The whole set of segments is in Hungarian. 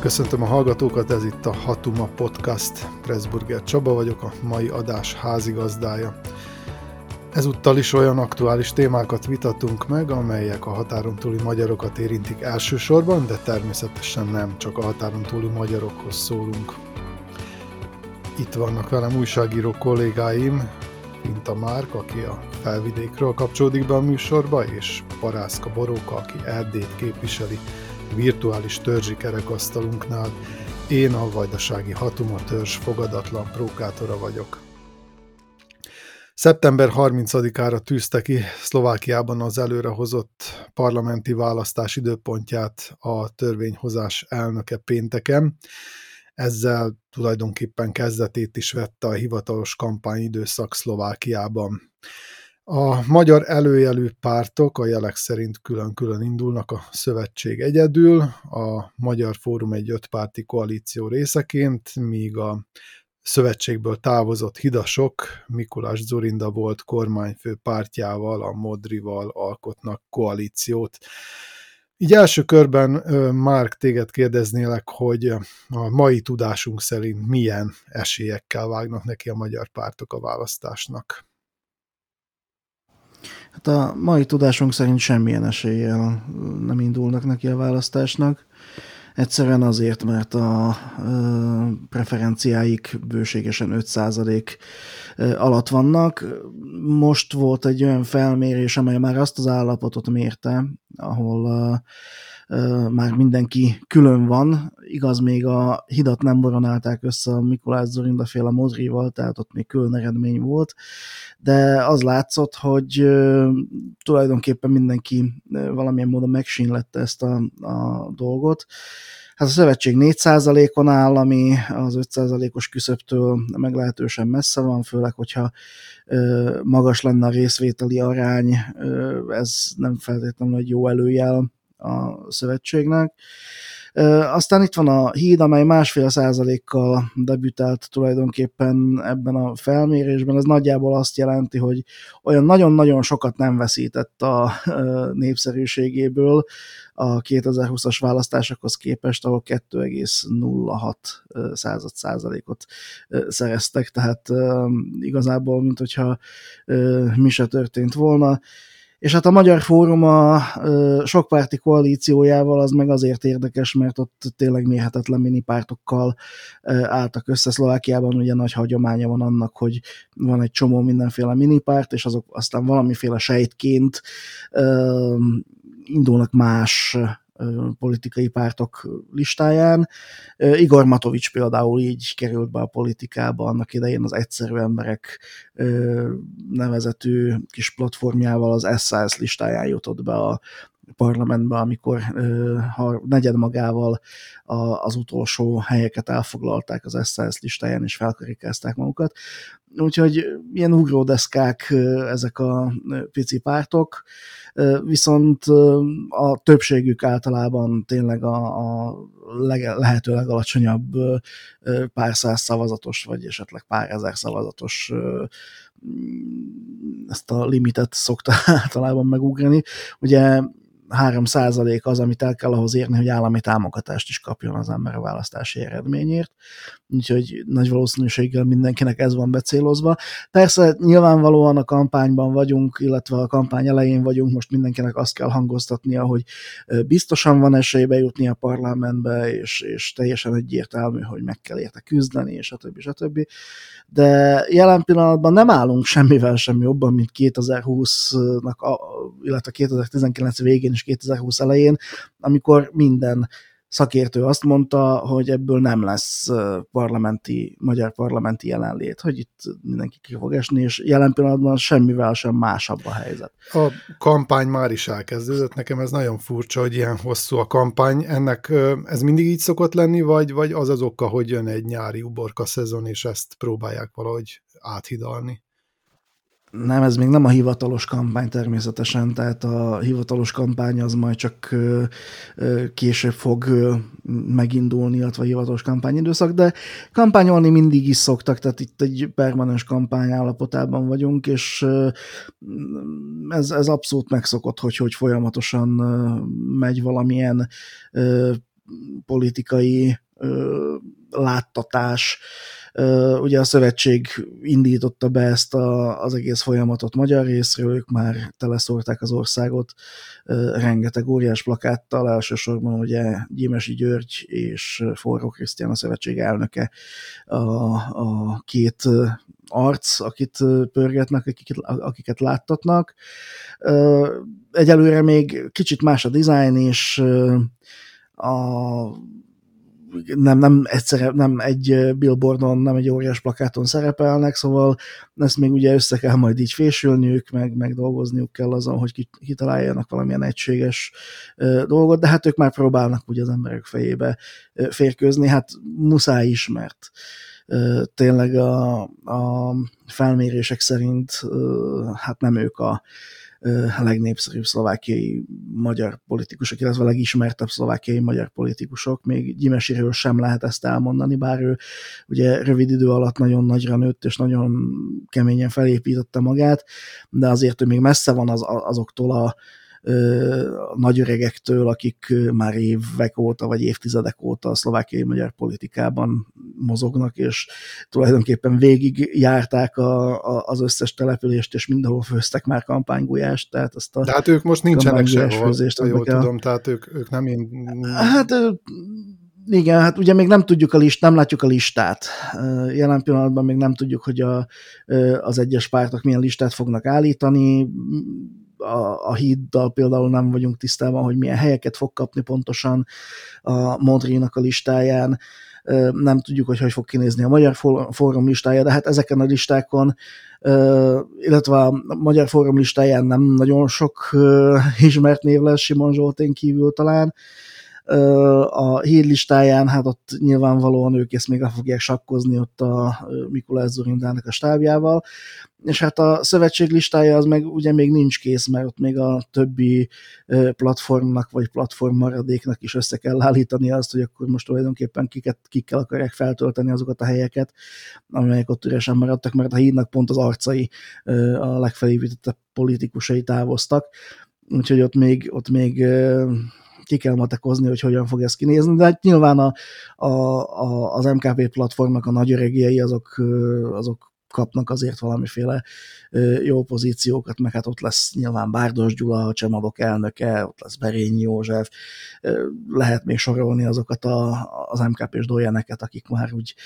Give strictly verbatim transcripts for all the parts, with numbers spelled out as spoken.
Köszöntöm a hallgatókat, ez itt a Hatuma Podcast. Pressburger Csaba vagyok, a mai adás házigazdája. Ezúttal is olyan aktuális témákat vitatunk meg, amelyek a határon túli magyarokat érintik elsősorban, de természetesen nem csak a határon túli magyarokhoz szólunk. Itt vannak velem újságíró kollégáim, Pinta Márk, aki a Felvidékről kapcsolódik be a műsorba, és Parászka Boróka, aki Erdélyt képviseli virtuális törzsi kerekasztalunknál. Én a vajdasági Hatuma törzs fogadatlan prókátora vagyok. szeptember harmincadikára tűzte ki Szlovákiában az előrehozott parlamenti választás időpontját a törvényhozás elnöke pénteken. Ezzel tulajdonképpen kezdetét is vette a hivatalos kampányidőszak Szlovákiában. A magyar előjelű pártok a jelek szerint külön-külön indulnak, a szövetség egyedül, a Magyar Fórum egy ötpárti koalíció részeként, míg a szövetségből távozott hidasok Mikulás Dzurinda volt kormányfő pártjával, a Modrival alkotnak koalíciót. Így első körben, Márk, téged kérdeznélek, hogy a mai tudásunk szerint milyen esélyekkel vágnak neki a magyar pártok a választásnak? Hát a mai tudásunk szerint semmilyen eséllyel nem indulnak neki a választásnak. Egyszerűen azért, mert a preferenciáik bőségesen öt százalék alatt vannak. Most volt egy olyan felmérés, amely már azt az állapotot mérte, ahol már mindenki külön van. Igaz, még a hidat nem boronálták össze a Mikulás Dzurinda féle Modrival, tehát ott még külön eredmény volt, de az látszott, hogy tulajdonképpen mindenki valamilyen módon megsínlette ezt a, a dolgot. Hát a szövetség négy százalékon áll, ami az öt százalékos küszöbtől meglehetősen messze van, főleg, hogyha ö, magas lenne a részvételi arány, ö, ez nem feltétlenül egy jó előjel a szövetségnek. Aztán itt van a Híd, amely másfél százalékkal debütált tulajdonképpen ebben a felmérésben. Ez nagyjából azt jelenti, hogy olyan nagyon-nagyon sokat nem veszített a népszerűségéből a kétezer-húszas választásokhoz képest, ahol kettő egész nulla hat százalékot szereztek, tehát igazából, mint hogyha mi se történt volna. És hát a Magyar Fórum a sokpárti koalíciójával az meg azért érdekes, mert ott tényleg mérhetetlen minipártokkal álltak össze. Szlovákiában ugye nagy hagyománya van annak, hogy van egy csomó mindenféle minipárt, és azok aztán valamiféle sejtként indulnak más politikai pártok listáján. Igor Matovics például így került be a politikába, annak idején az Egyszerű Emberek nevezetű kis platformjával az es zé es listáján jutott be a parlamentbe, amikor ha negyed magával az utolsó helyeket elfoglalták az es zé es listáján, és felkarikázták magukat. Úgyhogy ilyen ugródeszkák ezek a pici pártok, viszont a többségük általában tényleg a, a leg, lehető legalacsonyabb pár száz szavazatos, vagy esetleg pár ezer szavazatos, ezt a limitet szokta általában megugrani. Ugye három százalék az, amit el kell ahhoz érni, hogy állami támogatást is kapjon az ember a választási eredményért. Úgyhogy nagy valószínűséggel mindenkinek ez van becélozva. Persze nyilvánvalóan a kampányban vagyunk, illetve a kampány elején vagyunk, most mindenkinek azt kell hangoztatnia, hogy biztosan van esélybe jutni a parlamentbe, és, és teljesen egyértelmű, hogy meg kell érte küzdeni, és a többi, stb. De jelen pillanatban nem állunk semmivel sem jobban, mint kétezer-húsznak, illetve kétezer-tizenkilenc végén és kétezer-húsz elején, amikor minden szakértő azt mondta, hogy ebből nem lesz parlamenti, magyar parlamenti jelenlét, hogy itt mindenki ki fog esni, és jelen pillanatban semmivel sem másabb a helyzet. A kampány már is elkezdődött, nekem ez nagyon furcsa, hogy ilyen hosszú a kampány. Ennek ez mindig így szokott lenni, vagy, vagy az az oka, hogy jön egy nyári uborka szezon, és ezt próbálják valahogy áthidalni? Nem, ez még nem a hivatalos kampány természetesen, tehát a hivatalos kampány az majd csak később fog megindulni, illetve a hivatalos kampányidőszak, de kampányolni mindig is szoktak, tehát itt egy permanens kampány állapotában vagyunk, és ez, ez abszolút megszokott, hogy, hogy folyamatosan megy valamilyen politikai ö, láttatás. Ö, ugye a szövetség indította be ezt a, az egész folyamatot magyar részről, ők már teleszórták az országot ö, rengeteg óriás plakáttal, elsősorban ugye Gyimesi György és Forró Krisztián, a szövetség elnöke a, a két arc, akit pörgetnek, akiket, akiket láttatnak. Egyelőre még kicsit más a dizájn, és a, nem, nem, egyszerre, nem egy billboardon, nem egy óriás plakáton szerepelnek, szóval ezt még ugye össze kell majd így fésülniük, meg, meg dolgozniuk kell azon, hogy kitaláljanak valamilyen egységes dolgot, de hát ők már próbálnak ugye az emberek fejébe férkőzni, hát muszáj is, mert tényleg a, a felmérések szerint hát nem ők a a legnépszerűbb szlovákiai magyar politikusok, illetve a legismertebb szlovákiai magyar politikusok. Még Gyimesiről sem lehet ezt elmondani, bár ő ugye rövid idő alatt nagyon nagyra nőtt, és nagyon keményen felépítette magát, de azért ő még messze van az, azoktól a a nagyöregektől, akik már évek óta, vagy évtizedek óta a szlovákiai magyar politikában mozognak, és tulajdonképpen végig járták a, a, az összes települést, és mindenhol főztek már kampánygulyást, tehát ezt a De hát ők most nincsenek sehol, ha jól kell. tudom, tehát ők, ők nem én... Hát igen, hát ugye még nem tudjuk a list, nem látjuk a listát. Jelen pillanatban még nem tudjuk, hogy a, az egyes pártok milyen listát fognak állítani. A, a híddal például nem vagyunk tisztában, hogy milyen helyeket fog kapni pontosan a Modrinak a listáján. Nem tudjuk, hogy hogy fog kinézni a Magyar Fórum listája, de hát ezeken a listákon, illetve a Magyar Fórum listáján nem nagyon sok ismert név lesz Simon Zsoltén kívül talán. A híd listáján, hát ott nyilvánvalóan ők ezt még le fogják sakkozni ott a Mikulás Zurindának a stábjával, és hát a szövetség listája az meg ugye még nincs kész, mert ott még a többi platformnak vagy platform maradéknak is össze kell állítani azt, hogy akkor most tulajdonképpen kiket, kikkel akarják feltölteni azokat a helyeket, amelyek ott üresen maradtak, mert a hídnak pont az arcai, a legfelépítettebb politikusai távoztak, úgyhogy ott még, ott még ki kell matekozni, hogy hogyan fog ez kinézni, de hát nyilván a, a, a, az em ká pé platformnak a nagy öregjei azok, azok kapnak azért valamiféle jó pozíciókat, meg hát ott lesz nyilván Bárdos Gyula, a Csemadok elnöke, ott lesz Berényi József, lehet még sorolni azokat a, az em ká pés doljeneket, akik már úgy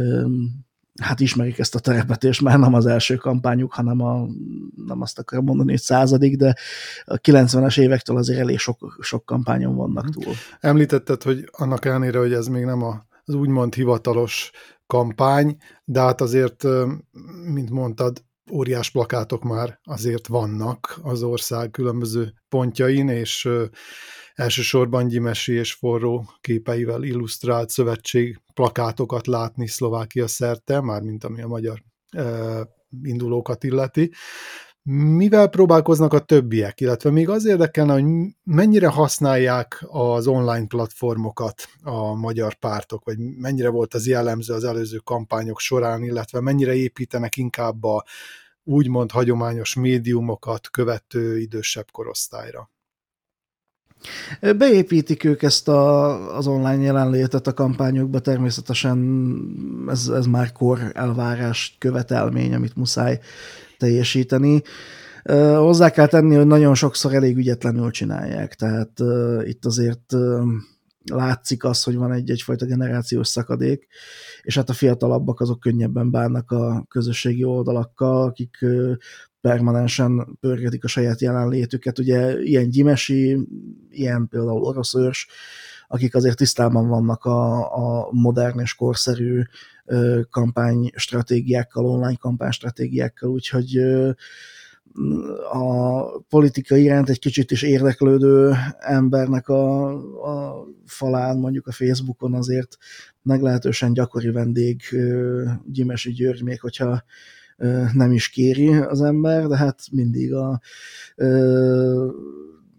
hát ismerik ezt a terepet, és már nem az első kampányuk, hanem a, nem azt akarom mondani, hogy századik, de a kilencvenes évektől azért elég sok, sok kampányon vannak túl. Említetted, hogy annak ellenére, hogy ez még nem az úgymond hivatalos kampány, de hát azért, mint mondtad, óriás plakátok már azért vannak az ország különböző pontjain, és elsősorban Gyimesi és Forró képeivel illusztrált szövetség plakátokat látni Szlovákia szerte, mármint ami a magyar e, indulókat illeti. Mivel próbálkoznak a többiek, illetve még az érdekelne, hogy mennyire használják az online platformokat a magyar pártok, vagy mennyire volt az jellemző az előző kampányok során, illetve mennyire építenek inkább a úgymond hagyományos médiumokat követő idősebb korosztályra. Beépítik ők ezt a, az online jelenlétet a kampányokba, természetesen ez, ez már kor elvárás, követelmény, amit muszáj teljesíteni. Uh, hozzá kell tenni, hogy nagyon sokszor elég ügyetlenül csinálják, tehát uh, itt azért uh, látszik az, hogy van egy egyfajta generációs szakadék, és hát a fiatalabbak azok könnyebben bánnak a közösségi oldalakkal, akik uh, permanensen pörgetik a saját jelenlétüket. Ugye ilyen Gyimesi, ilyen például Orosz Őrs, akik azért tisztában vannak a, a modern és korszerű uh, kampánystratégiákkal, online kampánystratégiákkal, úgyhogy uh, a politika iránt egy kicsit is érdeklődő embernek a, a falán, mondjuk a Facebookon azért meglehetősen gyakori vendég Gyimesi György, még hogyha nem is kéri az ember, de hát mindig a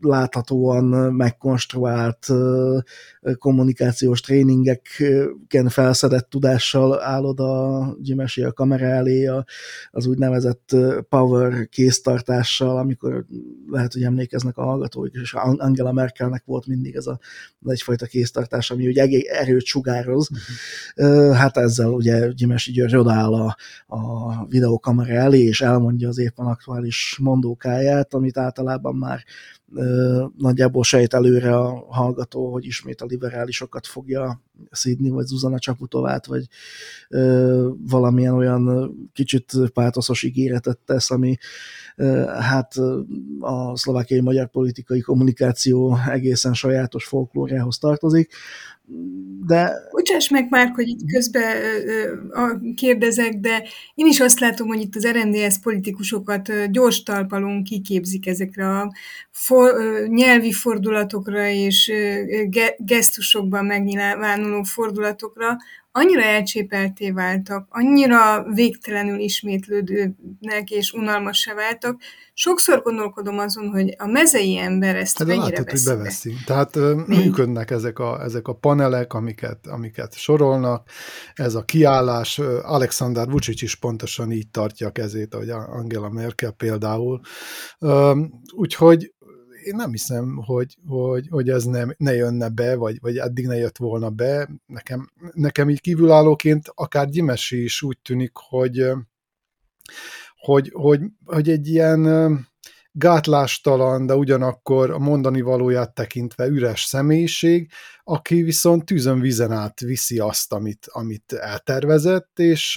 láthatóan megkonstruált kommunikációs tréningeken felszedett tudással állod a Gyimesi a kamera elé, az úgynevezett power kéztartással, amikor lehet, hogy emlékeznek a hallgatóik, és Angela Merkelnek volt mindig ez a, egyfajta kéztartás, ami ugye erőt sugároz. Uh-huh. Hát ezzel ugye Gyimesi György odaáll a, a videókamera elé, és elmondja az éppen aktuális mondókáját, amit általában már ö, nagyjából sejt előre a hallgató, hogy ismét a liberálisokat fogja szídni, vagy Zuzana Csaputovát, vagy ö, valamilyen olyan kicsit pátoszos ígéretet tesz, ami ö, hát a szlovákiai magyar politikai kommunikáció egészen sajátos folklórjához tartozik. De... Bocsáss meg, Márk, hogy itt közben kérdezek, de én is azt látom, hogy itt az er en dé es politikusokat gyors talpalon kiképzik ezekre a for, nyelvi fordulatokra és ge, gesztusokban megnyilvánuló fordulatokra. Annyira elcsépelté váltak, annyira végtelenül ismétlődőnek és unalmassá váltak. Sokszor gondolkodom azon, hogy a mezei ember ezt hát mennyire látod, veszi hogy beveszi. Tehát Mi? működnek ezek a, ezek a panelek, amiket, amiket sorolnak. Ez a kiállás, Alexander Vučić is pontosan így tartja a kezét, ahogy Angela Merkel például. Úgyhogy én nem hiszem, hogy, hogy, hogy ez nem, ne jönne be, vagy, vagy eddig ne jött volna be. Nekem, nekem így kívülállóként akár Gyimesi is úgy tűnik, hogy, hogy, hogy, hogy egy ilyen gátlástalan, de ugyanakkor a mondani valóját tekintve üres személyiség, aki viszont tűzön vízen át viszi azt, amit, amit eltervezett, és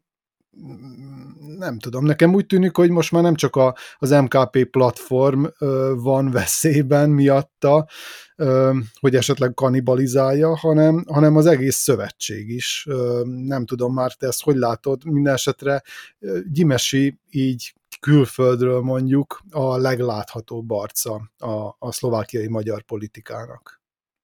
nem tudom, nekem úgy tűnik, hogy most már nem csak a, az em ká pé platform ö, van veszélyben miatta, ö, hogy esetleg kannibalizálja, hanem, hanem az egész szövetség is. Ö, nem tudom már, te ezt hogy látod, minden esetre Gyimesi így külföldről mondjuk a legláthatóbb arca a, a szlovákiai magyar politikának.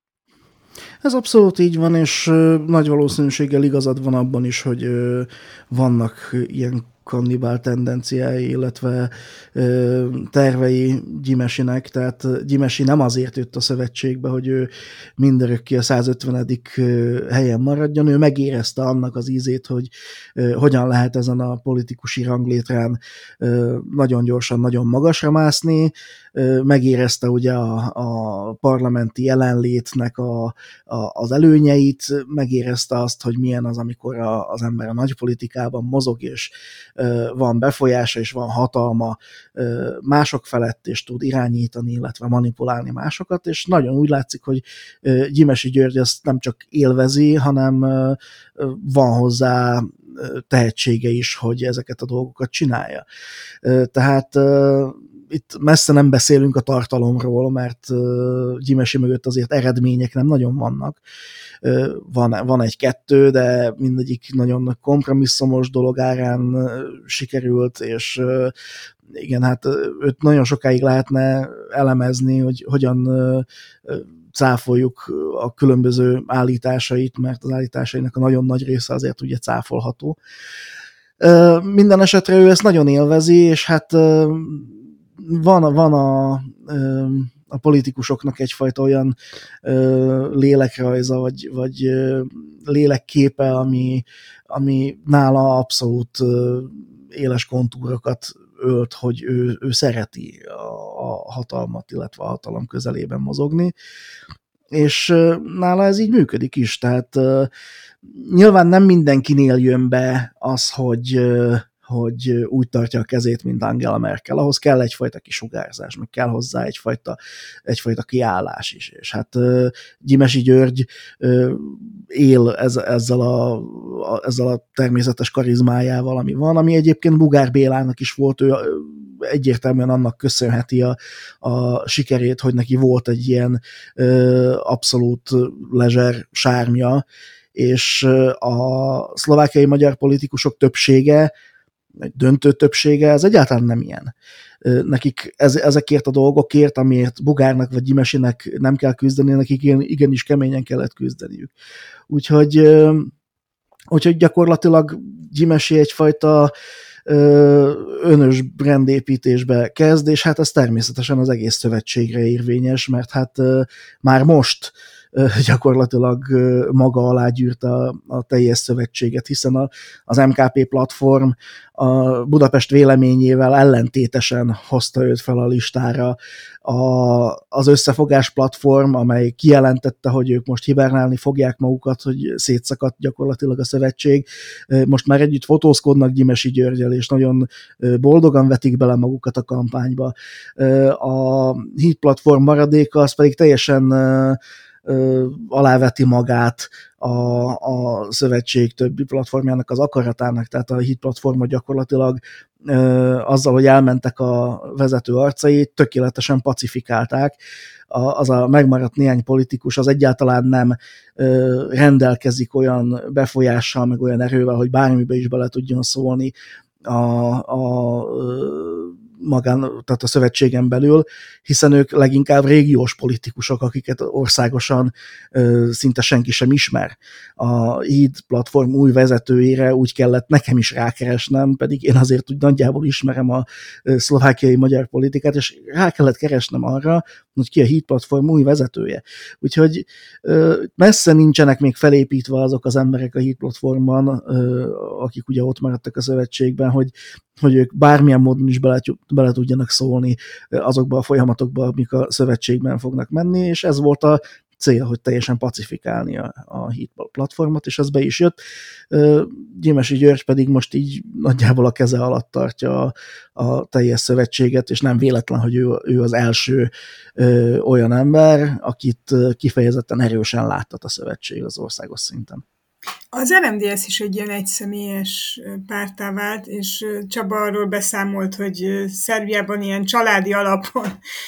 Ez abszolút így van, és nagy valószínűséggel igazad van abban is, hogy vannak ilyen kannibál tendenciái, illetve ö, tervei Gyimesinek, tehát Gyimesi nem azért jött a szövetségbe, hogy ő mindörökké a százötvenedik helyen maradjon, ő megérezte annak az ízét, hogy ö, hogyan lehet ezen a politikusi ranglétrán ö, nagyon gyorsan, nagyon magasra mászni, ö, megérezte ugye a, a parlamenti jelenlétnek a, a, az előnyeit, megérezte azt, hogy milyen az, amikor a, az ember a nagypolitikában mozog, és van befolyása és van hatalma mások felett, és tud irányítani, illetve manipulálni másokat, és nagyon úgy látszik, hogy Gyimesi György ezt nem csak élvezi, hanem van hozzá tehetsége is, hogy ezeket a dolgokat csinálja. Tehát itt messze nem beszélünk a tartalomról, mert Gyimesi mögött azért eredmények nem nagyon vannak. Van, van egy-kettő, de mindegyik nagyon kompromisszumos dolog árán sikerült, és igen, hát őt nagyon sokáig lehetne elemezni, hogy hogyan cáfoljuk a különböző állításait, mert az állításainak a nagyon nagy része azért ugye cáfolható. Minden esetre ő ezt nagyon élvezi, és hát van, van a, a politikusoknak egyfajta olyan lélekrajza, vagy, vagy lélekképe, ami, ami nála abszolút éles kontúrokat ölt, hogy ő, ő szereti a, a hatalmat, illetve a hatalom közelében mozogni, és nála ez így működik is, tehát nyilván nem mindenkinél jön be az, hogy hogy úgy tartja a kezét, mint Angela Merkel. Ahhoz kell egyfajta kisugárzás, meg kell hozzá egyfajta, egyfajta kiállás is. És hát Gyimesi György él ez, ezzel, a, a, ezzel a természetes karizmájával, ami van, ami egyébként Bugár Bélának is volt, ő egyértelműen annak köszönheti a, a sikerét, hogy neki volt egy ilyen abszolút lezser sármja, és a szlovákiai magyar politikusok többsége, egy döntő többsége, ez egyáltalán nem ilyen. Nekik ez, ezekért a dolgokért, amiért Bugárnak vagy Gyimesinek nem kell küzdeni, nekik igenis keményen kellett küzdeniük. Úgyhogy, úgyhogy gyakorlatilag Gyimesi egyfajta önös brandépítésbe kezd, és hát ez természetesen az egész szövetségre érvényes, mert hát már most gyakorlatilag maga alá gyűrt a, a teljes szövetséget, hiszen a, az em ká pé platform a Budapest véleményével ellentétesen hozta őt fel a listára. A, az Összefogás platform, amely kijelentette, hogy ők most hibernálni fogják magukat, hogy szétszakadt gyakorlatilag a szövetség. Most már együtt fotózkodnak Gyimesi Györggyel, és nagyon boldogan vetik bele magukat a kampányba. A Híd platform maradéka az pedig teljesen aláveti magát a, a szövetség többi platformjának az akaratának, tehát a Híd platformot gyakorlatilag ö, azzal, hogy elmentek a vezető arcai, tökéletesen pacifikálták. A, az a megmaradt néhány politikus az egyáltalán nem ö, rendelkezik olyan befolyással, meg olyan erővel, hogy bármibe is bele tudjon szólni a, a magán, tehát a szövetségen belül, hiszen ők leginkább régiós politikusok, akiket országosan ö, szinte senki sem ismer. A Híd platform új vezetőjére úgy kellett nekem is rákeresnem, pedig én azért úgy nagyjából ismerem a ö, szlovákiai magyar politikát, és rá kellett keresnem arra, hogy ki a Híd platform új vezetője. Úgyhogy ö, messze nincsenek még felépítve azok az emberek a Híd platformban, ö, akik ugye ott maradtak a szövetségben, hogy hogy ők bármilyen módon is bele, bele tudjanak szólni azokba a folyamatokba, amik a szövetségben fognak menni, és ez volt a cél, hogy teljesen pacifikálni a, a Híd platformot, és ez be is jött. Gyimesi György pedig most így nagyjából a keze alatt tartja a, a teljes szövetséget, és nem véletlen, hogy ő, ő az első ö, olyan ember, akit kifejezetten erősen láttat a szövetség az országos szinten. Az er em dé es is egy ilyen egyszemélyes párttá vált, és Csaba arról beszámolt, hogy Szerbiában ilyen családi alapon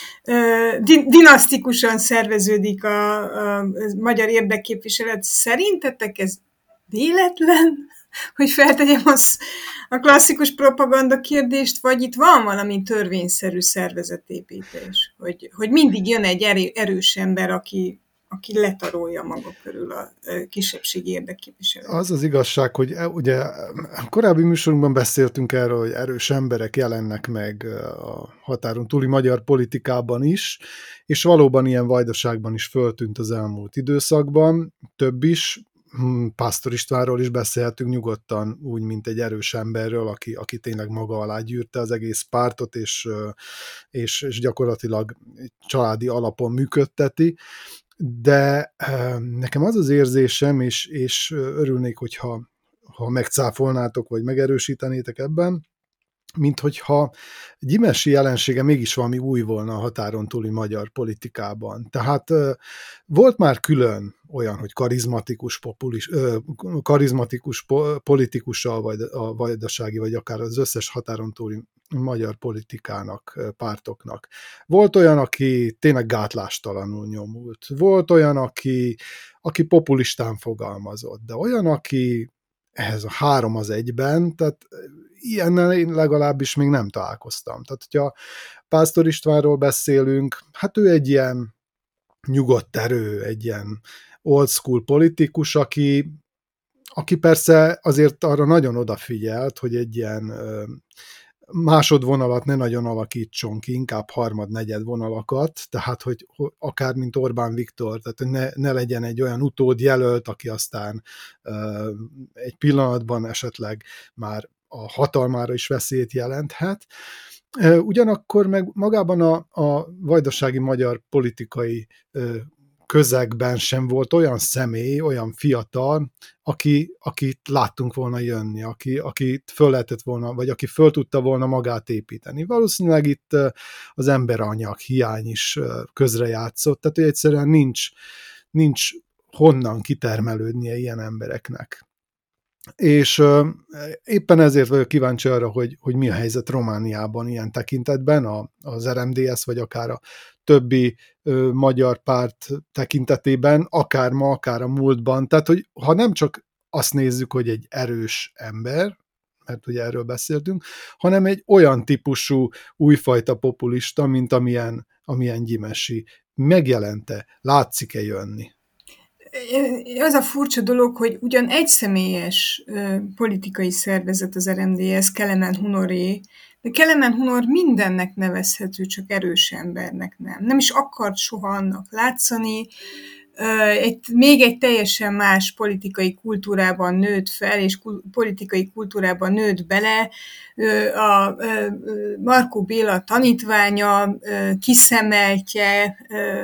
dinasztikusan szerveződik a, a magyar érdekképviselet. Szerintetek ez véletlen, hogy feltegyem az, a klasszikus propaganda kérdést, vagy itt van valami törvényszerű szervezetépítés, hogy, hogy mindig jön egy erő, erős ember, aki aki letarolja maga körül a kisebbségi érdekképviselet. Az az igazság, hogy ugye a korábbi műsorunkban beszéltünk erről, hogy erős emberek jelennek meg a határon túli magyar politikában is, és valóban ilyen vajdaságban is föltűnt az elmúlt időszakban, több is. Pásztor Istvánról is beszélhetünk nyugodtan, úgy, mint egy erős emberről, aki, aki tényleg maga alá gyűrte az egész pártot, és, és, és gyakorlatilag családi alapon működteti. De nekem az az érzésem, és, és örülnék, hogyha ha megcáfolnátok, vagy megerősítenétek ebben, mint hogyha Gyimesi jelensége mégis valami új volna a határon túli magyar politikában. Tehát volt már külön olyan, hogy karizmatikus, populis, karizmatikus politikussal, vagy a vajdasági, vagy akár az összes határon túli magyar politikának, pártoknak. Volt olyan, aki tényleg gátlástalanul nyomult. Volt olyan, aki, aki populistán fogalmazott, de olyan, aki ehhez a három az egyben, tehát ilyennel én legalábbis még nem találkoztam. Tehát, hogyha Pásztor Istvánról beszélünk, hát ő egy ilyen nyugodt erő, egy ilyen old school politikus, aki, aki persze azért arra nagyon odafigyelt, hogy egy ilyen másodvonalat ne nagyon alakítson ki, inkább harmad-negyed vonalakat, tehát, hogy akár mint Orbán Viktor, tehát ne, ne legyen egy olyan utódjelölt, aki aztán uh, egy pillanatban esetleg már a hatalmára is veszélyt jelenthet. Uh, ugyanakkor meg magában a, a vajdasági magyar politikai uh, közegben sem volt olyan személy, olyan fiatal, aki, akit láttunk volna jönni, aki, akit föl lehetett volna, vagy aki föl tudta volna magát építeni. Valószínűleg itt az emberanyag hiány is közrejátszott, tehát hogy egyszerűen nincs, nincs honnan kitermelődnie ilyen embereknek. És uh, éppen ezért vagyok kíváncsi arra, hogy, hogy mi a helyzet Romániában ilyen tekintetben, a, az er em dé es, vagy akár a többi uh, magyar párt tekintetében, akár ma, akár a múltban. Tehát, hogy ha nem csak azt nézzük, hogy egy erős ember, mert ugye erről beszéltünk, hanem egy olyan típusú újfajta populista, mint amilyen, amilyen Gyimesi. Megjelente, látszik-e jönni? az a furcsa dolog, hogy ugyan egyszemélyes politikai szervezet az er em dé es, Kelemen Hunoré, de Kelemen Hunor mindennek nevezhető, csak erős embernek nem. Nem is akart soha annak látszani. Egy, még egy teljesen más politikai kultúrában nőtt fel, és politikai kultúrában nőtt bele. A Markó Béla tanítványa, kiszemeltje,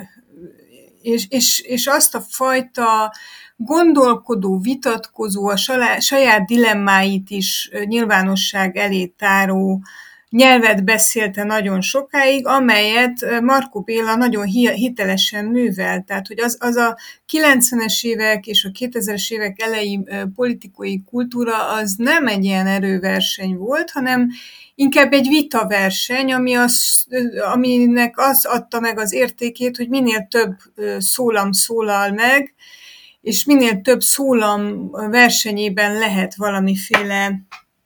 és, és, és azt a fajta gondolkodó, vitatkozó, a saját dilemmáit is nyilvánosság elé táró nyelvet beszélte nagyon sokáig, amelyet Markó Béla nagyon hitelesen művelt. Tehát, hogy az, az a kilencvenes évek és a kétezres évek elejé politikai kultúra az nem egy ilyen erőverseny volt, hanem inkább egy vitaverseny, ami az, aminek az adta meg az értékét, hogy minél több szólam szólal meg, és minél több szólam versenyében lehet valamiféle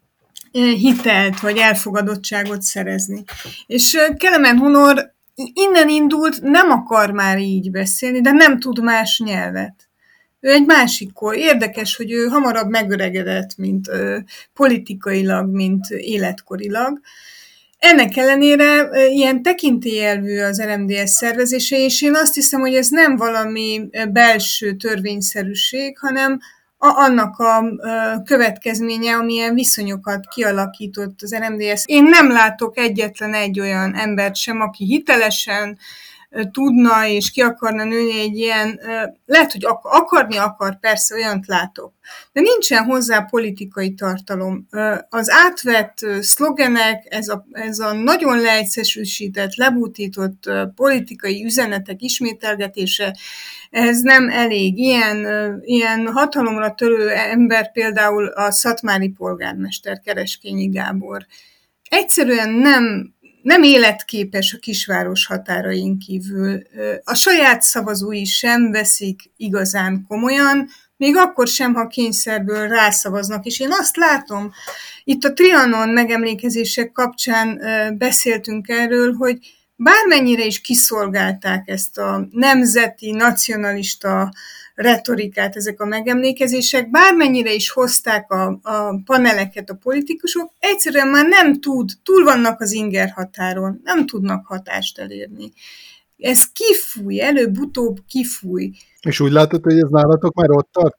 hitelt vagy elfogadottságot szerezni. És Kelemen Hunor innen indult, nem akar már így beszélni, de nem tud más nyelvet. Ő egy másik kor. Érdekes, hogy ő hamarabb megöregedett, mint ö, politikailag, mint életkorilag. Ennek ellenére ilyen tekintélyelvű az er em dé es szervezése, és én azt hiszem, hogy ez nem valami belső törvényszerűség, hanem a, annak a következménye, amilyen viszonyokat kialakított az er em dé es. Én nem látok egyetlen egy olyan embert sem, aki hitelesen tudna és ki akarna nőni egy ilyen, lehet, hogy akarni akar, persze, olyant látok, de nincsen hozzá politikai tartalom. Az átvett szlogenek, ez a, ez a nagyon leegyszerűsített, lebutított politikai üzenetek ismételgetése, ez nem elég. Ilyen, ilyen hatalomra törő ember például a szatmári polgármester, Kereskényi Gábor. Egyszerűen nem nem életképes a kisváros határain kívül. A saját szavazói sem veszik igazán komolyan, még akkor sem, ha kényszerből rászavaznak. És én azt látom, itt a Trianon megemlékezések kapcsán beszéltünk erről, hogy bármennyire is kiszolgálták ezt a nemzeti, nacionalista retorikát ezek a megemlékezések, bármennyire is hozták a, a paneleket a politikusok, egyszerűen már nem tud, túl vannak az inger határon, nem tudnak hatást elérni. Ez kifúj, előbb-utóbb kifúj. És úgy látod, hogy ez nálatok már ott tart,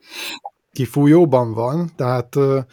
kifújóban van, tehát...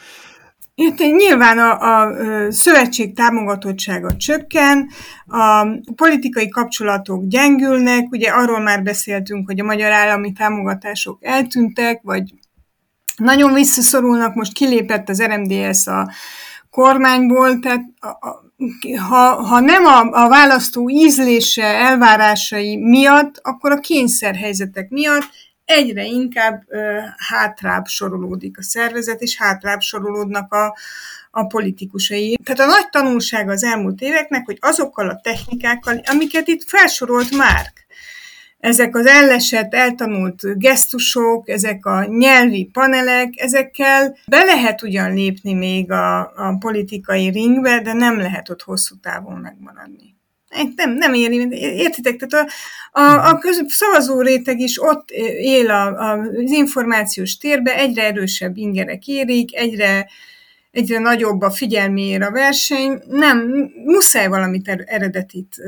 Itt nyilván a, a szövetség támogatottsága csökken, a politikai kapcsolatok gyengülnek, ugye arról már beszéltünk, hogy a magyar állami támogatások eltűntek, vagy nagyon visszaszorulnak, most kilépett az er em dé es a kormányból, tehát a, a, ha, ha nem a, a választó ízlése, elvárásai miatt, akkor a kényszerhelyzetek miatt egyre inkább ö, hátrább sorolódik a szervezet, és hátrább sorolódnak a, a politikusai. Tehát a nagy tanulság az elmúlt éveknek, hogy azokkal a technikákkal, amiket itt felsorolt Márk, ezek az ellesett, eltanult gesztusok, ezek a nyelvi panelek, ezekkel be lehet ugyan lépni még a, a politikai ringbe, de nem lehet ott hosszú távon megmaradni. Nem, nem éri, értitek? Tehát a, a, a köz, szavazó réteg is ott él a, a, az információs térbe, egyre erősebb ingerek érik, egyre, egyre nagyobb a figyelmér a verseny. Nem, muszáj valamit eredetit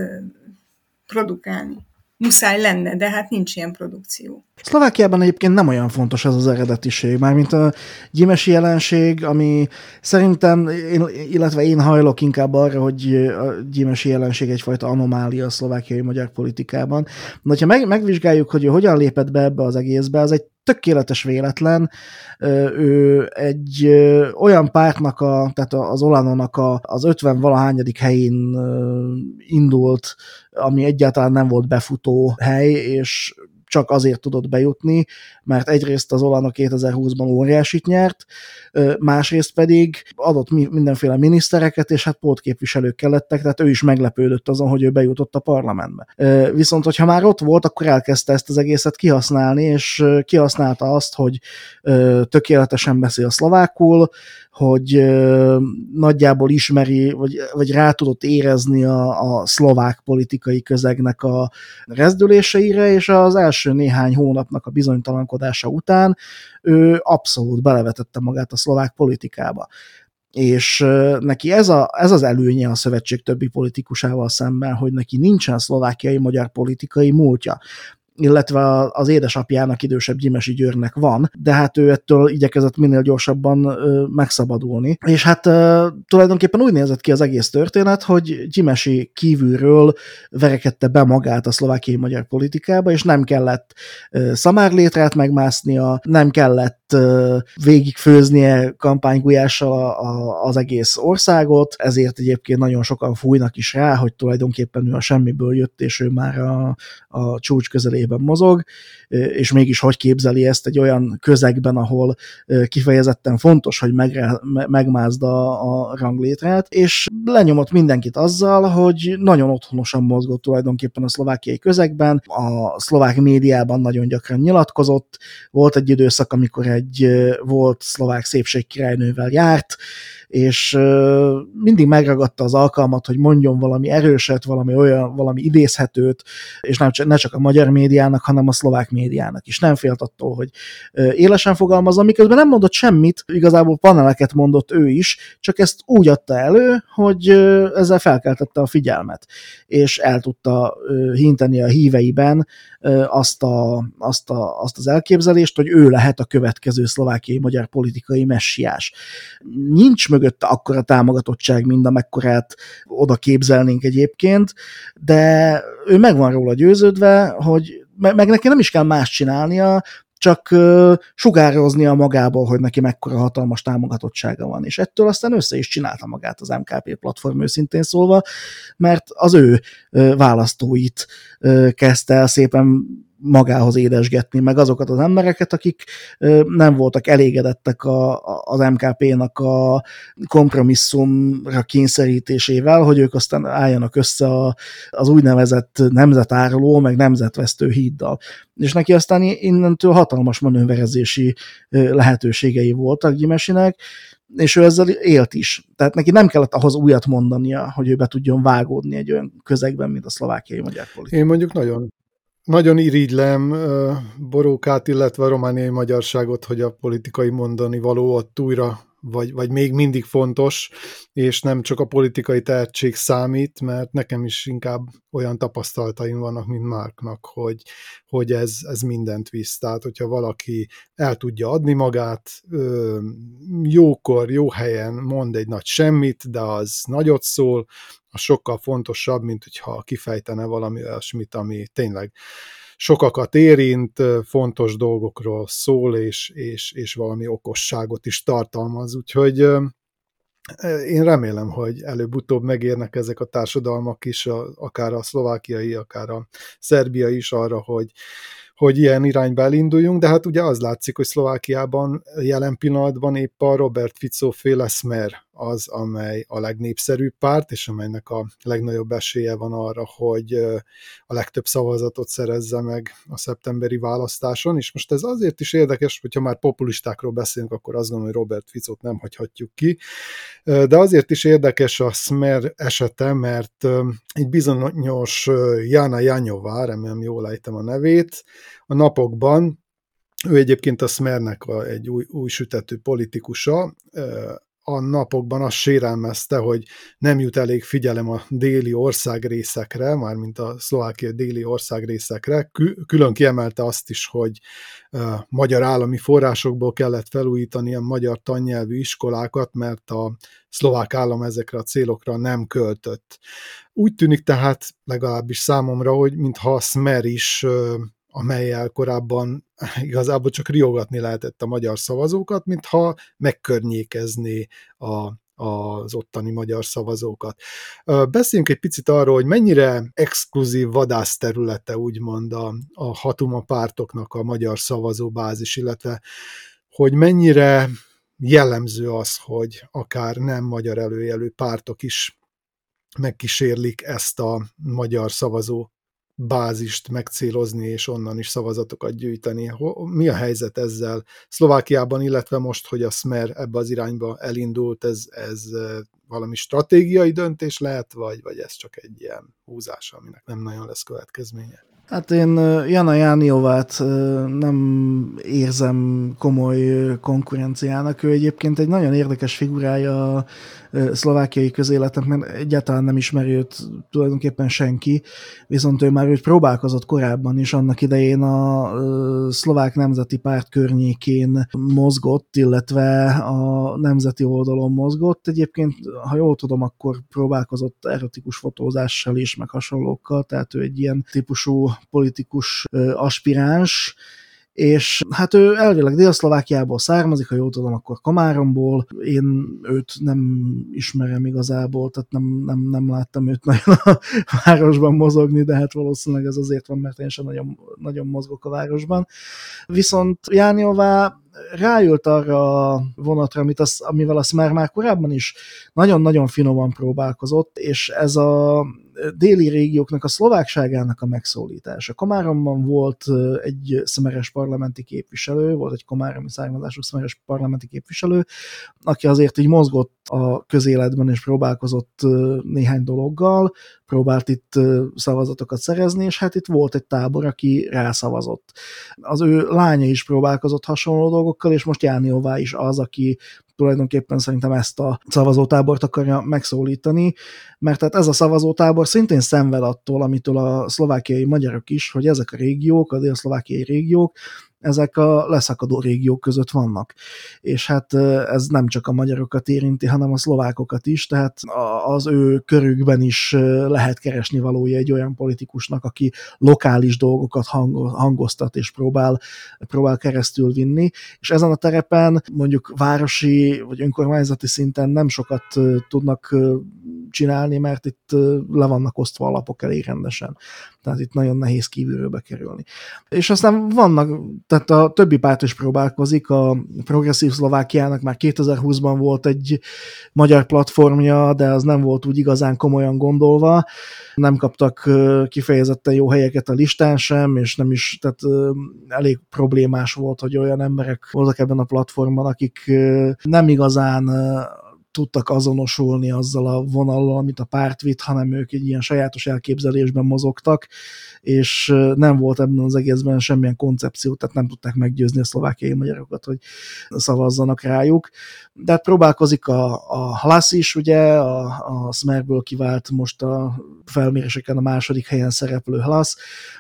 produkálni. Muszáj lenne, de hát nincs ilyen produkció. Szlovákiában egyébként nem olyan fontos ez az eredetiség, mármint a gyimesi jelenség, ami szerintem, én, illetve én hajlok inkább arra, hogy a gyimesi jelenség egyfajta anomália a szlovákiai magyar politikában. De ha meg, megvizsgáljuk, hogy ő hogyan lépett be ebbe az egészbe, az egy tökéletes véletlen. Ő egy olyan pártnak, a, tehát az Olanonak a, az ötven-valahányadik helyén indult, ami egyáltalán nem volt befutó hely, és csak azért tudott bejutni, mert egyrészt az Olano kétezer-húszban óriásit nyert, másrészt pedig adott mindenféle minisztereket, és hát pótképviselők lettek, tehát ő is meglepődött azon, hogy ő bejutott a parlamentbe. Viszont, hogyha már ott volt, akkor elkezdte ezt az egészet kihasználni, és kihasználta azt, hogy tökéletesen beszél szlovákul, hogy ö, nagyjából ismeri, vagy, vagy rá tudott érezni a, a szlovák politikai közegnek a rezdüléseire, és az első első néhány hónapnak a bizonytalankodása után ő abszolút belevetette magát a szlovák politikába. És neki ez, a, ez az előnye a szövetség többi politikusával szemben, hogy neki nincsen szlovákiai magyar politikai múltja, illetve az édesapjának, idősebb Gyimesi Győrnek van, de hát ő ettől igyekezett minél gyorsabban ö, megszabadulni. És hát ö, tulajdonképpen úgy nézett ki az egész történet, hogy Gyimesi kívülről verekedte be magát a szlovákiai magyar politikába, és nem kellett ö, szamárlétrát megmásznia, nem kellett ö, végigfőznie kampánygulyással a, a, az egész országot, ezért egyébként nagyon sokan fújnak is rá, hogy tulajdonképpen ő a semmiből jött, és ő már a, a csúcs közelében mozog, és mégis hogy képzeli ezt egy olyan közegben, ahol kifejezetten fontos, hogy megre, megmázd a, a ranglétrát, és lenyomott mindenkit azzal, hogy nagyon otthonosan mozgott tulajdonképpen a szlovákiai közegben, a szlovák médiában nagyon gyakran nyilatkozott, volt egy időszak, amikor egy volt szlovák szépségkirálynővel járt, és mindig megragadta az alkalmat, hogy mondjon valami erőset, valami olyan, valami idézhetőt, és nem csak, ne csak a magyar médiának, hanem a szlovák médiának is. Nem félt attól, hogy élesen fogalmazza, miközben nem mondott semmit, igazából paneleket mondott ő is, csak ezt úgy adta elő, hogy ezzel felkeltette a figyelmet, és el tudta hinteni a híveiben azt, a, azt, a, azt az elképzelést, hogy ő lehet a következő szlovákiai magyar politikai messiás. Nincs mögötte akkora támogatottság, mint amekkorát oda képzelnénk egyébként, de ő meg van róla győződve, hogy meg neki nem is kell más csinálnia, csak uh, sugároznia magából, hogy neki mekkora hatalmas támogatottsága van, és ettől aztán össze is csinálta magát az em ká pé platform, őszintén szólva, mert az ő uh, választóit uh, kezdte el szépen magához édesgetni, meg azokat az embereket, akik nem voltak elégedettek a, a, az em ká pénak a kompromisszumra kényszerítésével, hogy ők aztán álljanak össze a, az úgynevezett nemzetáruló, meg nemzetvesztő híddal. És neki aztán innentől hatalmas manőverezési lehetőségei voltak Gyimesinek, és ő ezzel élt is. Tehát neki nem kellett ahhoz újat mondania, hogy ő be tudjon vágódni egy olyan közegben, mint a szlovákiai magyar politika. Én mondjuk nagyon Nagyon irigylem Borókát, illetve a romániai magyarságot, hogy a politikai mondani való ott újra, vagy, vagy még mindig fontos, és nem csak a politikai tehetség számít, mert nekem is inkább olyan tapasztalataim vannak, mint Márknak, hogy, hogy ez, ez mindent visz. Tehát, hogyha valaki el tudja adni magát, jókor, jó helyen mond egy nagy semmit, de az nagyot szól, az sokkal fontosabb, mint hogyha kifejtene valami olyasmit, ami tényleg sokakat érint, fontos dolgokról szól, és, és, és valami okosságot is tartalmaz. Úgyhogy én remélem, hogy előbb-utóbb megérnek ezek a társadalmak is, akár a szlovákiai, akár a szerbiai is arra, hogy, hogy ilyen irányba elinduljunk, de hát ugye az látszik, hogy Szlovákiában jelen pillanatban épp a Robert Fico féle Smer az, amely a legnépszerűbb párt, és amelynek a legnagyobb esélye van arra, hogy a legtöbb szavazatot szerezze meg a szeptemberi választáson, és most ez azért is érdekes, hogyha már populistákról beszélünk, akkor azt gondolom, hogy Robert Ficót nem hagyhatjuk ki, de azért is érdekes a Smer esete, mert egy bizonyos Jana Janyová, remélem jól ejtem a nevét, a napokban, ő egyébként a Smernek egy új, új sütető politikusa, a napokban azt sérelmezte, hogy nem jut elég figyelem a déli országrészekre, mármint a szlovákiai déli országrészekre. Külön kiemelte azt is, hogy magyar állami forrásokból kellett felújítani a magyar tannyelvű iskolákat, mert a szlovák állam ezekre a célokra nem költött. Úgy tűnik tehát legalábbis számomra, hogy mintha a Smer is, amellyel korábban igazából csak riogatni lehetett a magyar szavazókat, mintha megkörnyékezné a, az ottani magyar szavazókat. Beszéljünk egy picit arról, hogy mennyire exkluzív vadászterülete úgymond a, a hatuma pártoknak a magyar szavazóbázis, illetve hogy mennyire jellemző az, hogy akár nem magyar előjelű pártok is megkísérlik ezt a magyar szavazó bázist megcélozni, és onnan is szavazatokat gyűjteni. Mi a helyzet ezzel Szlovákiában, illetve most, hogy a Smer ebbe az irányba elindult, ez, ez valami stratégiai döntés lehet, vagy, vagy ez csak egy ilyen húzás, aminek nem nagyon lesz következménye? Hát én Jana Jániovát nem érzem komoly konkurenciának. Ő egyébként egy nagyon érdekes figurája a szlovákiai közéletnek, mert egyáltalán nem ismeri őt tulajdonképpen senki, viszont ő már őt próbálkozott korábban is, annak idején a szlovák nemzeti párt környékén mozgott, illetve a nemzeti oldalon mozgott. Egyébként, ha jól tudom, akkor próbálkozott erotikus fotózással is, meg hasonlókkal, tehát ő egy ilyen típusú politikus aspiráns, és hát ő elvileg Dél-Szlovákiából származik, ha jól tudom, akkor Komáromból. Én őt nem ismerem igazából, tehát nem, nem, nem láttam őt nagyon a városban mozogni, de hát valószínűleg ez azért van, mert én sem nagyon, nagyon mozgok a városban. Viszont Jániová ráült arra a vonatra, amit az, amivel azt már, már korábban is nagyon-nagyon finoman próbálkozott, és ez a déli régióknak a szlovákságának a megszólítása. Komáromban volt egy szmeres parlamenti képviselő, volt egy komáromi származású szmeres parlamenti képviselő, aki azért így mozgott a közéletben, és próbálkozott néhány dologgal, próbált itt szavazatokat szerezni, és hát itt volt egy tábor, aki rászavazott. Az ő lánya is próbálkozott hasonló dolgokkal, és most Jániová is az, aki tulajdonképpen szerintem ezt a szavazótábort akarja megszólítani, mert tehát ez a szavazótábor szintén szenved attól, amitől a szlovákiai magyarok is, hogy ezek a régiók, a dél-szlovákiai régiók, ezek a leszakadó régiók között vannak. És hát ez nem csak a magyarokat érinti, hanem a szlovákokat is, tehát az ő körükben is lehet keresni valója egy olyan politikusnak, aki lokális dolgokat hangoztat és próbál, próbál keresztül vinni, és ezen a terepen mondjuk városi vagy önkormányzati szinten nem sokat tudnak csinálni, mert itt le vannak osztva a lapok elég rendesen. Tehát itt nagyon nehéz kívülről bekerülni. És aztán vannak, tehát a többi párt is próbálkozik, a Progresszív Szlovákiának már kétezer-húszban volt egy magyar platformja, de az nem volt úgy igazán komolyan gondolva, nem kaptak kifejezetten jó helyeket a listán sem, és nem is, tehát elég problémás volt, hogy olyan emberek voltak ebben a platformban, akik nem igazán tudtak azonosulni azzal a vonallal, amit a párt vitt, hanem ők egy ilyen sajátos elképzelésben mozogtak, és nem volt ebben az egészben semmilyen koncepció, tehát nem tudták meggyőzni a szlovákiai magyarokat, hogy szavazzanak rájuk. De hát próbálkozik a, a Hlas is, ugye, a, a Smerből kivált most a felméréseken a második helyen szereplő Hlas.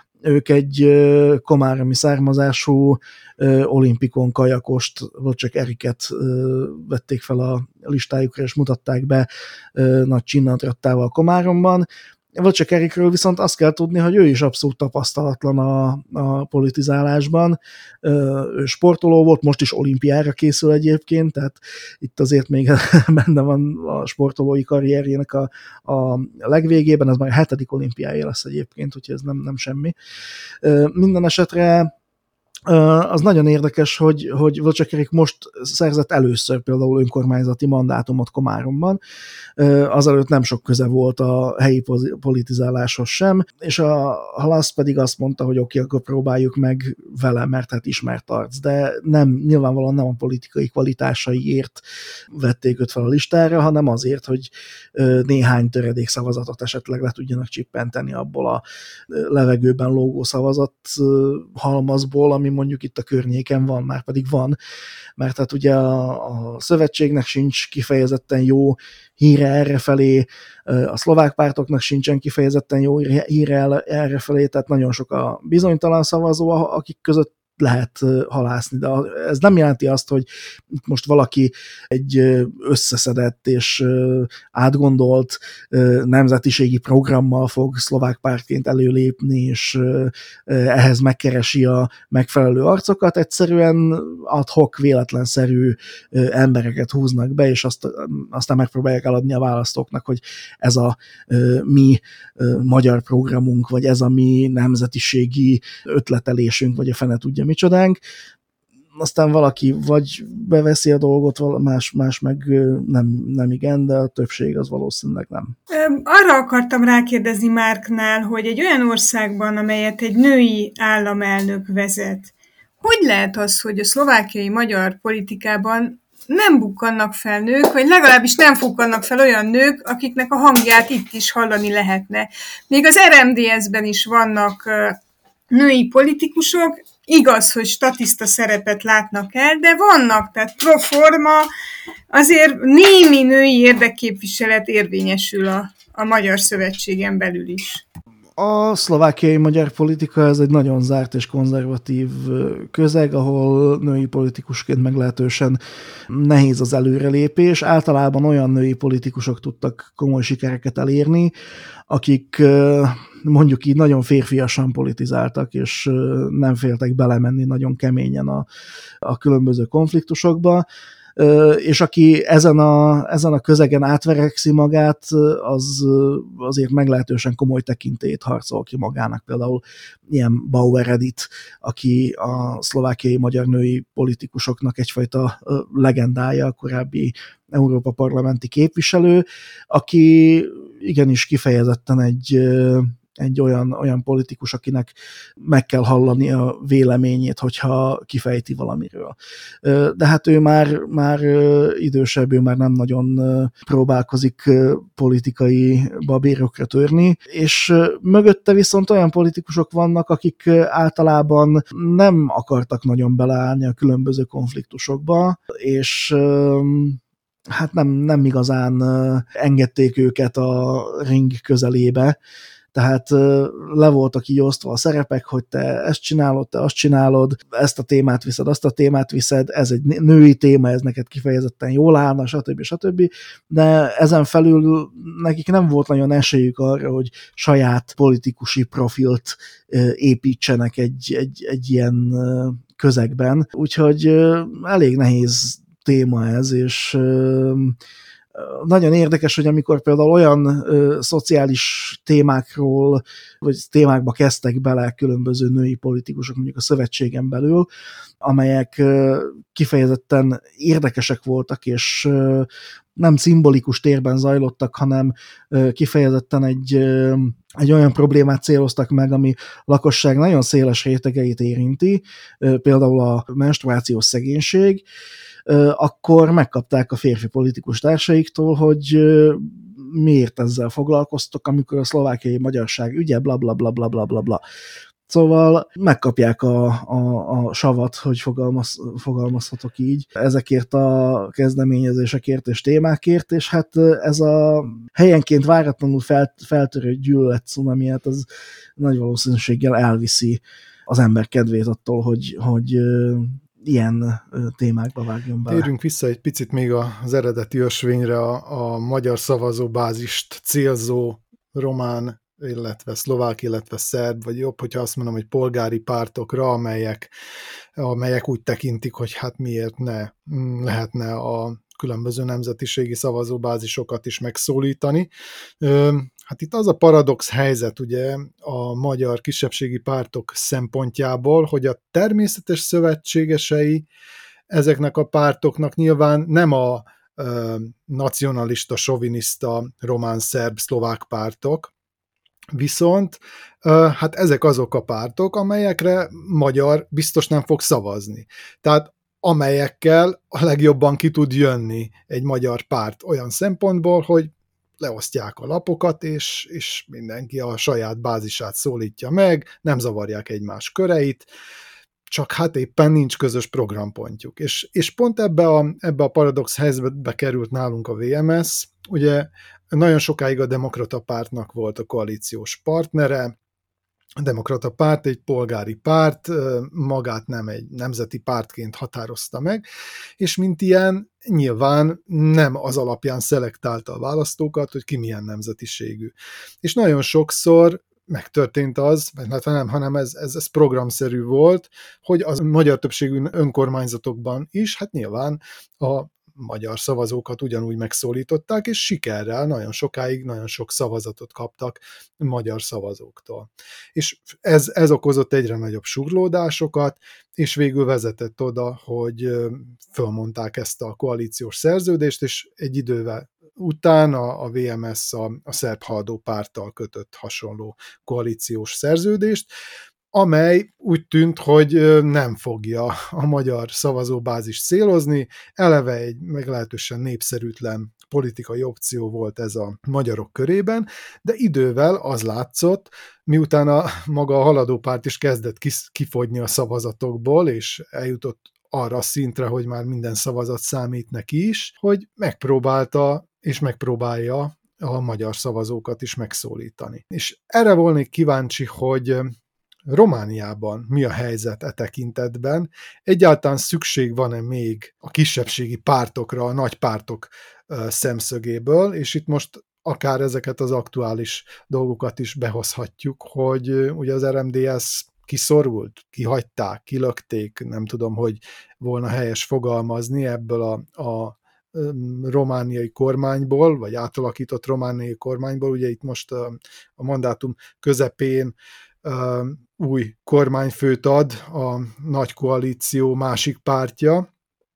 Ők egy komáromi származású olimpikon kajakost, vagy csak Eriket vették fel a listájukra, és mutatták be nagy csinnantrattával Komáromban. Vagy csak Erikről viszont azt kell tudni, hogy ő is abszolút tapasztalatlan a, a politizálásban. Ő sportoló volt, most is olimpiára készül egyébként, tehát itt azért még benne van a sportolói karrierjének a, a legvégében, ez már a hetedik olimpiája lesz egyébként, úgyhogy ez nem, nem semmi. Minden esetre az nagyon érdekes, hogy, hogy Vlček Erik most szerzett először például önkormányzati mandátumot Komáromban, azelőtt nem sok köze volt a helyi politizáláshoz sem, és a Hlas pedig azt mondta, hogy oké, akkor próbáljuk meg vele, mert hát ismert arc, de nem, nyilvánvalóan nem a politikai kvalitásaiért vették őt fel a listára, hanem azért, hogy néhány töredék szavazatot esetleg le tudjanak csippenteni abból a levegőben lógó szavazat halmazból, ami mondjuk itt a környéken van, már pedig van, mert hát ugye a, a szövetségnek sincs kifejezetten jó híre errefelé, a szlovák pártoknak sincsen kifejezetten jó híre errefelé, tehát nagyon sok a bizonytalan szavazó, akik között lehet halászni, de ez nem jelenti azt, hogy itt most valaki egy összeszedett és átgondolt nemzetiségi programmal fog szlovák pártként előlépni, és ehhez megkeresi a megfelelő arcokat, egyszerűen ad hoc véletlenszerű embereket húznak be, és azt, aztán megpróbálják eladni a választóknak, hogy ez a mi magyar programunk, vagy ez a mi nemzetiségi ötletelésünk, vagy a fene tudja micsodánk, aztán valaki vagy beveszi a dolgot, más, más meg nem, nem igen, de a többség az valószínűleg nem. Arra akartam rákérdezni Márknál, hogy egy olyan országban, amelyet egy női államelnök vezet, hogy lehet az, hogy a szlovákiai magyar politikában nem bukkannak fel nők, vagy legalábbis nem bukkannak fel olyan nők, akiknek a hangját itt is hallani lehetne. Még az er em dé es-ben is vannak női politikusok, igaz, hogy statiszta szerepet látnak el, de vannak, tehát pro forma azért némi női érdekképviselet érvényesül a, a Magyar Szövetségen belül is. A szlovákiai magyar politika ez egy nagyon zárt és konzervatív közeg, ahol női politikusként meglehetősen nehéz az előrelépés. Általában olyan női politikusok tudtak komoly sikereket elérni, akik mondjuk így nagyon férfiasan politizáltak, és nem féltek belemenni nagyon keményen a, a különböző konfliktusokba, és aki ezen a, ezen a közegen átverekszi magát, az azért meglehetősen komoly tekintélyt harcol ki magának. Például ilyen Bauer Edith, aki a szlovákiai magyar női politikusoknak egyfajta legendája, a korábbi Európa parlamenti képviselő, aki igenis kifejezetten egy egy olyan, olyan politikus, akinek meg kell hallani a véleményét, hogyha kifejti valamiről. De hát ő már, már idősebb, ő már nem nagyon próbálkozik politikai babérokra törni, és mögötte viszont olyan politikusok vannak, akik általában nem akartak nagyon beleállni a különböző konfliktusokba, és hát nem, nem igazán engedték őket a ring közelébe. Tehát le voltak így osztva a szerepek, hogy te ezt csinálod, te azt csinálod, ezt a témát viszed, azt a témát viszed, ez egy női téma, ez neked kifejezetten jól állna, stb. stb. De ezen felül nekik nem volt nagyon esélyük arra, hogy saját politikusi profilt építsenek egy, egy, egy ilyen közegben. Úgyhogy elég nehéz téma ez, és nagyon érdekes, hogy amikor például olyan ö, szociális témákról, vagy témákba kezdtek bele különböző női politikusok, mondjuk a szövetségen belül, amelyek ö, kifejezetten érdekesek voltak, és ö, nem szimbolikus térben zajlottak, hanem ö, kifejezetten egy, ö, egy olyan problémát céloztak meg, ami a lakosság nagyon széles rétegeit érinti, ö, például a menstruációs szegénység, akkor megkapták a férfi politikus társaiktól, hogy miért ezzel foglalkoztok, amikor a szlovákiai magyarság ügye, bla bla bla bla bla bla bla. Szóval megkapják a, a, a savat, hogy fogalmaz, fogalmazhatok így, ezekért a kezdeményezésekért és témákért, és hát ez a helyenként váratlanul fel, feltörő gyűlölet cunami, hát az nagy valószínűséggel elviszi az ember kedvét attól, hogy, hogy ilyen témákba vágjon bele. Térjünk vissza egy picit még az eredeti ösvényre, a, a magyar szavazóbázist célzó román, illetve szlovák, illetve szerb, vagy jobb, hogyha azt mondom, hogy polgári pártokra, amelyek, amelyek úgy tekintik, hogy hát miért ne lehetne a különböző nemzetiségi szavazóbázisokat is megszólítani. Hát itt az a paradox helyzet, ugye, a magyar kisebbségi pártok szempontjából, hogy a természetes szövetségesei ezeknek a pártoknak nyilván nem a ö, nacionalista, soviniszta, román, szerb, szlovák pártok, viszont ö, hát ezek azok a pártok, amelyekre magyar biztos nem fog szavazni. Tehát amelyekkel a legjobban ki tud jönni egy magyar párt olyan szempontból, hogy leosztják a lapokat, és, és mindenki a saját bázisát szólítja meg, nem zavarják egymás köreit, csak hát éppen nincs közös programpontjuk. És, és pont ebbe a, ebbe a paradox helyzetbe került nálunk a vé em es, ugye nagyon sokáig a Demokrata Pártnak volt a koalíciós partnere, a Demokrata Párt egy polgári párt, magát nem egy nemzeti pártként határozta meg, és mint ilyen nyilván nem az alapján szelektálta a választókat, hogy ki milyen nemzetiségű. És nagyon sokszor megtörtént az, mert nem, hanem ez, ez, ez programszerű volt, hogy az magyar többségű önkormányzatokban is, hát nyilván a magyar szavazókat ugyanúgy megszólították, és sikerrel nagyon sokáig nagyon sok szavazatot kaptak magyar szavazóktól. És ez, ez okozott egyre nagyobb surlódásokat, és végül vezetett oda, hogy fölmondták ezt a koalíciós szerződést, és egy idővel utána a vé em es a, a szerb haladó párttal kötött hasonló koalíciós szerződést, amely úgy tűnt, hogy nem fogja a magyar szavazóbázis célozni. Eleve egy meglehetősen népszerűtlen politikai opció volt ez a magyarok körében, de idővel az látszott, miután a maga a haladó párt is kezdett kifogyni a szavazatokból, és eljutott arra a szintre, hogy már minden szavazat számít neki is, hogy megpróbálta és megpróbálja a magyar szavazókat is megszólítani. És erre volnék kíváncsi, hogy Romániában mi a helyzet e tekintetben? Egyáltalán szükség van-e még a kisebbségi pártokra, a nagy pártok szemszögéből, és itt most akár ezeket az aktuális dolgokat is behozhatjuk, hogy ugye az er em dé es kiszorult, kihagyták, kilökték, nem tudom, hogy volna helyes fogalmazni ebből a, a romániai kormányból, vagy átalakított romániai kormányból. Ugye itt most a, a mandátum közepén uh, új kormányfőt ad a nagy koalíció másik pártja,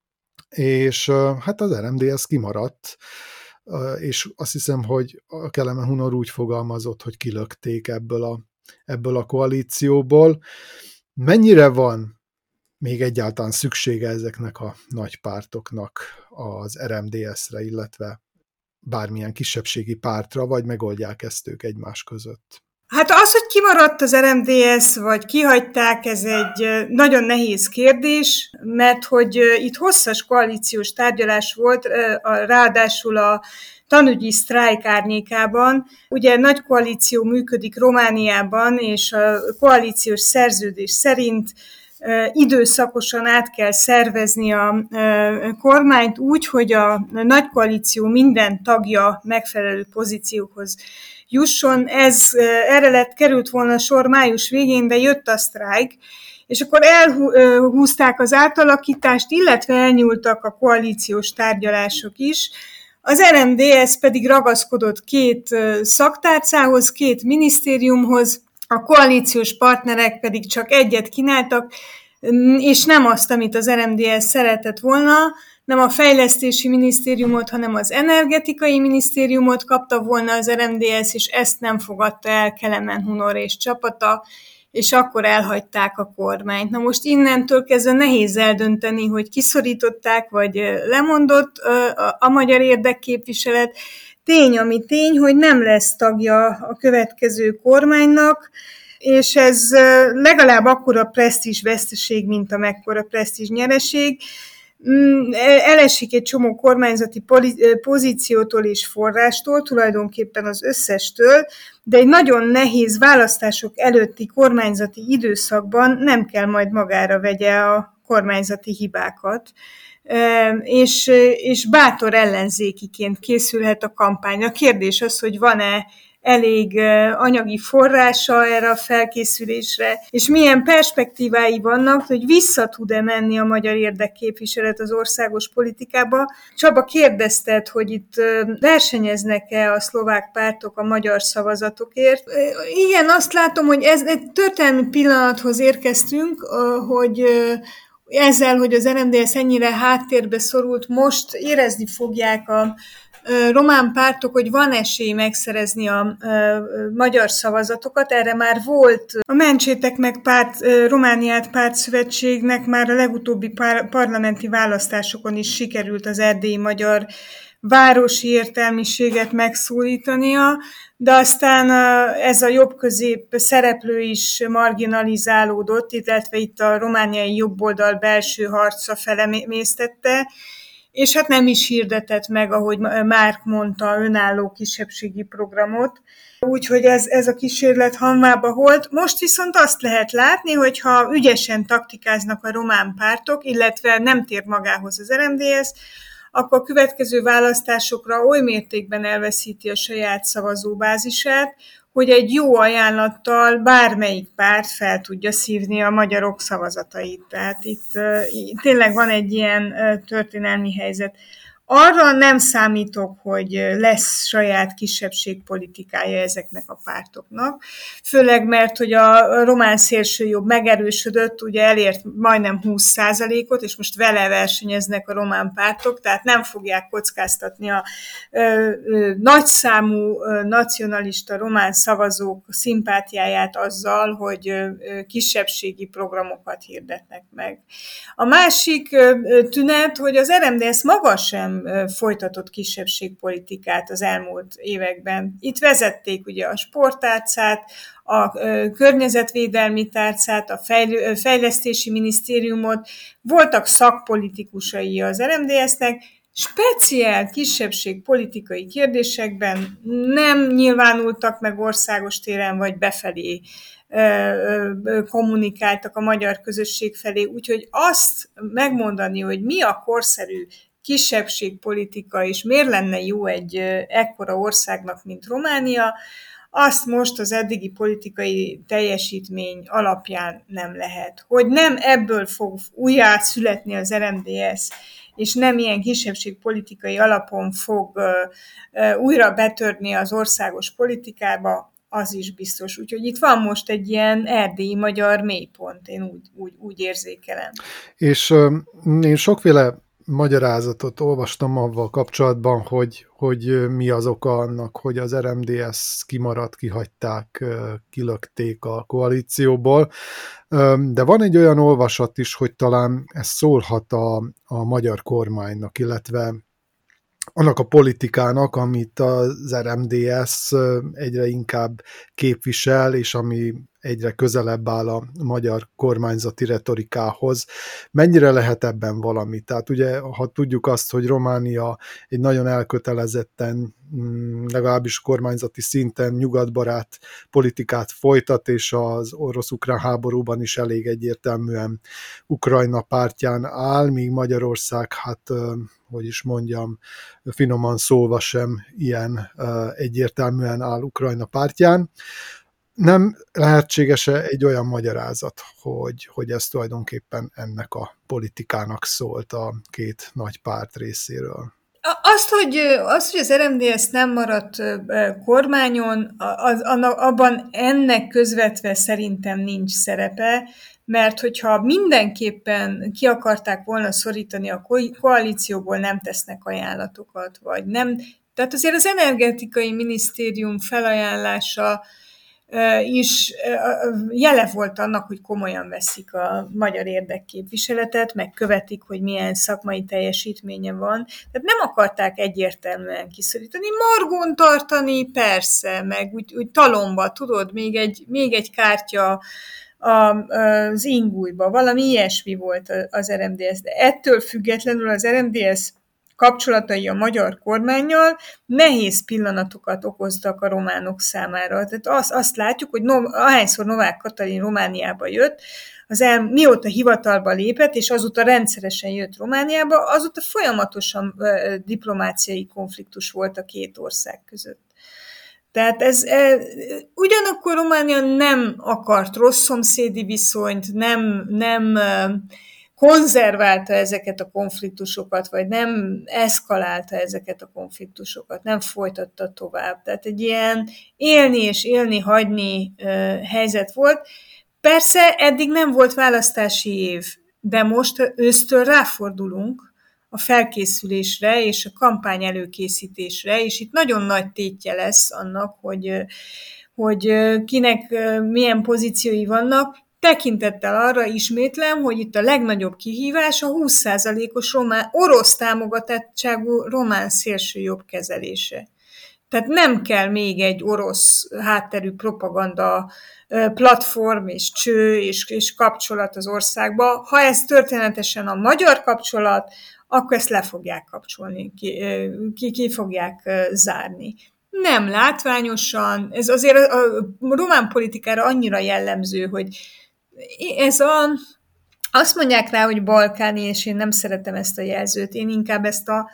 és uh, hát az er em dé es kimaradt, uh, és azt hiszem, hogy a Kelemen Hunor úgy fogalmazott, hogy kilökték ebből a, ebből a koalícióból. Mennyire van még egyáltalán szüksége ezeknek a nagy pártoknak az er em dé es-re, illetve bármilyen kisebbségi pártra, vagy megoldják ezt ők egymás között? Hát az, hogy kimaradt az er em dé es, vagy kihagyták, ez egy nagyon nehéz kérdés, mert hogy itt hosszas koalíciós tárgyalás volt, ráadásul a tanügyi sztrájk árnyékában. Ugye nagy koalíció működik Romániában, és a koalíciós szerződés szerint időszakosan át kell szervezni a kormányt úgy, hogy a nagy koalíció minden tagja megfelelő pozíciókhoz jusson. Ez erre lett került volna sor május végén, de jött a sztrájk, és akkor elhúzták az átalakítást, illetve elnyúltak a koalíciós tárgyalások is. Az er em dé es pedig ragaszkodott két szaktárcához, két minisztériumhoz, a koalíciós partnerek pedig csak egyet kínáltak, és nem azt, amit az er em dé es szeretett volna, nem a fejlesztési minisztériumot, hanem az energetikai minisztériumot kapta volna az er em dé es, és ezt nem fogadta el Kelemen Hunor és csapata, és akkor elhagyták a kormányt. Na most innentől kezdve nehéz eldönteni, hogy kiszorították, vagy lemondott a magyar érdekképviselet. Tény, ami tény, hogy nem lesz tagja a következő kormánynak, és ez legalább akkora presztízs veszteség, mint amekkora presztízs nyereség. Elesik egy csomó kormányzati pozíciótól és forrástól, tulajdonképpen az összestől, de egy nagyon nehéz választások előtti kormányzati időszakban nem kell majd magára vegye a kormányzati hibákat, és, és bátor ellenzékiként készülhet a kampány. A kérdés az, hogy van-e elég anyagi forrása erre a felkészülésre, és milyen perspektívái vannak, hogy vissza tud-e menni a magyar érdekképviselet az országos politikába. Csaba, kérdezted, hogy itt versenyeznek-e a szlovák pártok a magyar szavazatokért. Igen, azt látom, hogy ez egy történelmi pillanathoz érkeztünk, hogy ezzel, hogy az er em dé es ennyire háttérbe szorult, most érezni fogják a román pártok, hogy van esély megszerezni a magyar szavazatokat. Erre már volt a Mentsétek meg párt, Romániát pártszövetségnek már a legutóbbi pár, parlamenti választásokon is sikerült az erdélyi magyar városi értelmiséget megszólítania, de aztán ez a jobb-közép szereplő is marginalizálódott, illetve itt a romániai jobboldal belső harca felemésztette, és hát nem is hirdetett meg, ahogy Márk mondta, önálló kisebbségi programot. Úgyhogy ez, ez a kísérlet hamvába holt. Most viszont azt lehet látni, hogy ha ügyesen taktikáznak a román pártok, illetve nem tér magához az er em dé es, akkor a következő választásokra oly mértékben elveszíti a saját szavazóbázisát, hogy egy jó ajánlattal bármelyik párt fel tudja szívni a magyarok szavazatait. Tehát itt uh, tényleg van egy ilyen uh, történelmi helyzet. Arra nem számítok, hogy lesz saját kisebbségpolitikája ezeknek a pártoknak, főleg mert, hogy a román szélsőjobb megerősödött, ugye elért majdnem húsz százalékot, és most vele versenyeznek a román pártok, tehát nem fogják kockáztatni a ö, ö, nagyszámú ö, nacionalista román szavazók szimpátiáját azzal, hogy ö, kisebbségi programokat hirdetnek meg. A másik ö, tünet, hogy az er em dé es maga sem folytatott kisebbségpolitikát az elmúlt években. Itt vezették ugye a sporttárcát, a környezetvédelmi tárcát, a fejlesztési minisztériumot, voltak szakpolitikusai az er em dé esnek, speciál kisebbségpolitikai kérdésekben nem nyilvánultak meg országos téren, vagy befelé kommunikáltak a magyar közösség felé, úgyhogy azt megmondani, hogy mi a korszerű kisebbségpolitika, és miért lenne jó egy ekkora országnak, mint Románia, azt most az eddigi politikai teljesítmény alapján nem lehet. Hogy nem ebből fog újjá születni az er em dé es, és nem ilyen kisebbségpolitikai alapon fog újra betörni az országos politikába, az is biztos. Úgyhogy itt van most egy ilyen erdélyi magyar mélypont, én úgy, úgy, úgy érzékelem. És uh, én sokféle magyarázatot olvastam avval kapcsolatban, hogy, hogy mi az oka annak, hogy az er em dé es kimaradt, kihagyták, kilökték a koalícióból. De van egy olyan olvasat is, hogy talán ez szólhat a, a magyar kormánynak, illetve annak a politikának, amit az er em dé es egyre inkább képvisel, és ami egyre közelebb áll a magyar kormányzati retorikához. Mennyire lehet ebben valami? Tehát ugye, ha tudjuk azt, hogy Románia egy nagyon elkötelezetten, legalábbis kormányzati szinten nyugatbarát politikát folytat, és az orosz-ukrán háborúban is elég egyértelműen Ukrajna pártján áll, míg Magyarország, hát, hogy is mondjam, finoman szólva sem ilyen egyértelműen áll Ukrajna pártján. Nem lehetséges-e egy olyan magyarázat, hogy, hogy ez tulajdonképpen ennek a politikának szólt a két nagy párt részéről? Azt, hogy, azt, hogy az er em dé es nem maradt kormányon, az, abban ennek közvetve szerintem nincs szerepe, mert hogyha mindenképpen ki akarták volna szorítani a koalícióból, nem tesznek ajánlatokat, vagy nem. Tehát azért az energetikai minisztérium felajánlása is jele volt annak, hogy komolyan veszik a magyar érdekképviseletet, meg követik, hogy milyen szakmai teljesítménye van. Tehát nem akarták egyértelműen kiszorítani. Margón tartani, persze, meg úgy, úgy talomba, tudod, még egy, még egy kártya az ingújba, valami ilyesmi volt az er em dé es. De ettől függetlenül az er em dé es kapcsolatai a magyar kormánnyal nehéz pillanatokat okoztak a románok számára. Tehát azt, azt látjuk, hogy no, ahányszor Novák Katalin Romániába jött, az el, mióta hivatalba lépett, és azóta rendszeresen jött Romániába, azóta folyamatosan uh, diplomáciai konfliktus volt a két ország között. Tehát ez, ez, ugyanakkor Románia nem akart rossz szomszédi viszonyt, nem, nem konzerválta ezeket a konfliktusokat, vagy nem eszkalálta ezeket a konfliktusokat, nem folytatta tovább. Tehát egy ilyen élni és élni hagyni helyzet volt. Persze eddig nem volt választási év, de most ősztől ráfordulunk a felkészülésre és a kampány előkészítésre, és itt nagyon nagy tétje lesz annak, hogy, hogy kinek milyen pozíciói vannak. Tekintettel arra ismétlem, hogy itt a legnagyobb kihívás a húsz százalékos román, orosz támogatottságú román szélsőjobb kezelése. Tehát nem kell még egy orosz hátterű propaganda platform és cső és, és kapcsolat az országba. Ha ez történetesen a magyar kapcsolat, akkor ezt le fogják kapcsolni, ki, ki, ki fogják zárni. Nem látványosan, ez azért a, a román politikára annyira jellemző, hogy ez a, azt mondják rá, hogy balkáni, és én nem szeretem ezt a jelzőt, én inkább ezt a,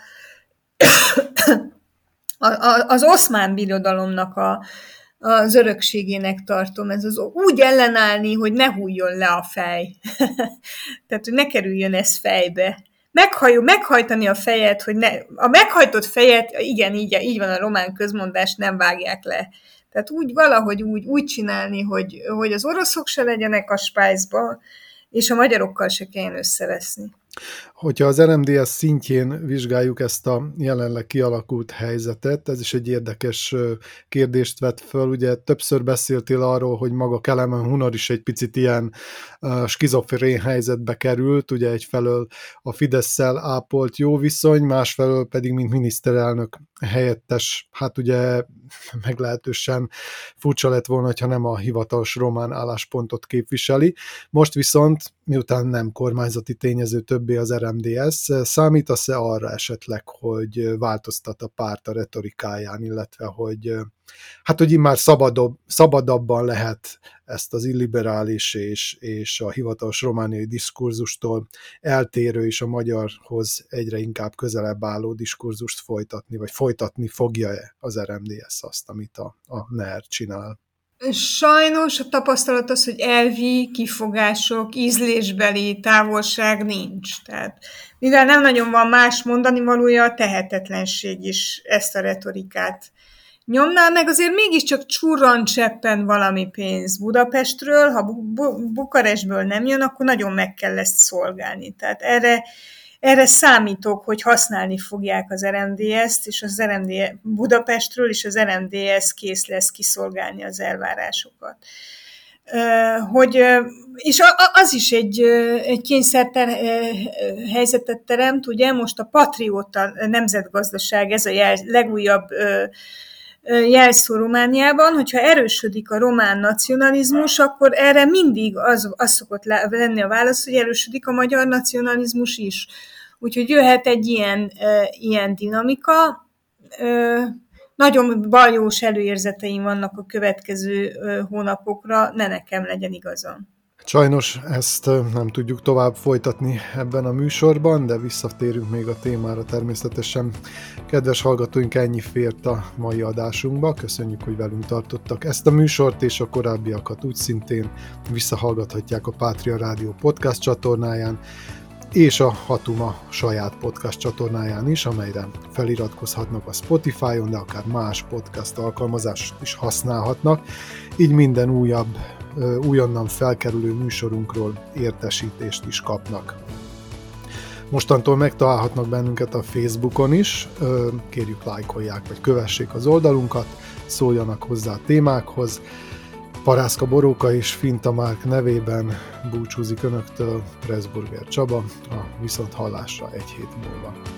a, a az oszmán birodalomnak a, az örökségének tartom, ez az úgy ellenállni, hogy ne hújjon le a fej. Tehát, hogy ne kerüljön ez fejbe. meghajó, meghajtani a fejet, hogy ne, a meghajtott fejet, igen, így, így van a román közmondás, nem vágják le. Tehát úgy valahogy úgy, úgy csinálni, hogy, hogy az oroszok se legyenek a spájzba, és a magyarokkal se kelljen összeveszni. Hogyha az er em dé es szintjén vizsgáljuk ezt a jelenleg kialakult helyzetet, ez is egy érdekes kérdést vet föl. Ugye többször beszéltél arról, hogy maga Kelemen Hunor is egy picit ilyen uh, skizofrén helyzetbe került, ugye egyfelől a Fidesszel ápolt jó viszony, másfelől pedig, mint miniszterelnök helyettes, hát ugye meglehetősen furcsa lett volna, ha nem a hivatalos román álláspontot képviseli. Most viszont, miután nem kormányzati tényező többé az er em dé es, számítasz-e arra esetleg, hogy változtat a párt a retorikáján, illetve hogy hát, hogy immár szabadabb, szabadabban lehet ezt az illiberális és, és a hivatalos romániai diskurzustól eltérő és a magyarhoz egyre inkább közelebb álló diskurzust folytatni, vagy folytatni fogja-e az er em dé es azt, amit a, a en e er csinál? Sajnos a tapasztalat az, hogy elvi kifogások, ízlésbeli távolság nincs. Tehát mivel nem nagyon van más mondani valója, a tehetetlenség is ezt a retorikát nyomná, meg azért mégiscsak csurran cseppen valami pénz Budapestről, ha Bu- Bukarestből nem jön, akkor nagyon meg kell ezt szolgálni. Tehát erre, erre számítok, hogy használni fogják az er em dé es-t, és az er em dé es Budapestről, és az er em dé es kész lesz kiszolgálni az elvárásokat. Hogy, és az is egy, egy kényszerter helyzetet teremt, ugye most a patrióta nemzetgazdaság, ez a jel, legújabb jelszó Romániában, hogyha erősödik a román nacionalizmus, akkor erre mindig az, az szokott lenni a válasz, hogy erősödik a magyar nacionalizmus is. Úgyhogy jöhet egy ilyen, e, ilyen dinamika. E, nagyon baljós előérzeteim vannak a következő e, hónapokra, ne nekem legyen igazam. Sajnos ezt nem tudjuk tovább folytatni ebben a műsorban, de visszatérünk még a témára természetesen. Kedves hallgatóink, ennyi fért a mai adásunkba. Köszönjük, hogy velünk tartottak ezt a műsort, és a korábbiakat úgy szintén visszahallgathatják a Pátria Rádió podcast csatornáján, és a Hatuma saját podcast csatornáján is, amelyre feliratkozhatnak a Spotify-on, de akár más podcast alkalmazást is használhatnak. Így minden újabb újonnan felkerülő műsorunkról értesítést is kapnak. Mostantól megtalálhatnak bennünket a Facebookon is, kérjük lájkolják vagy kövessék az oldalunkat, szóljanak hozzá a témákhoz. Parászka Boróka és Finta Márk nevében búcsúzik önöktől Pressburger Csaba, a viszonthallásra egy hét múlva.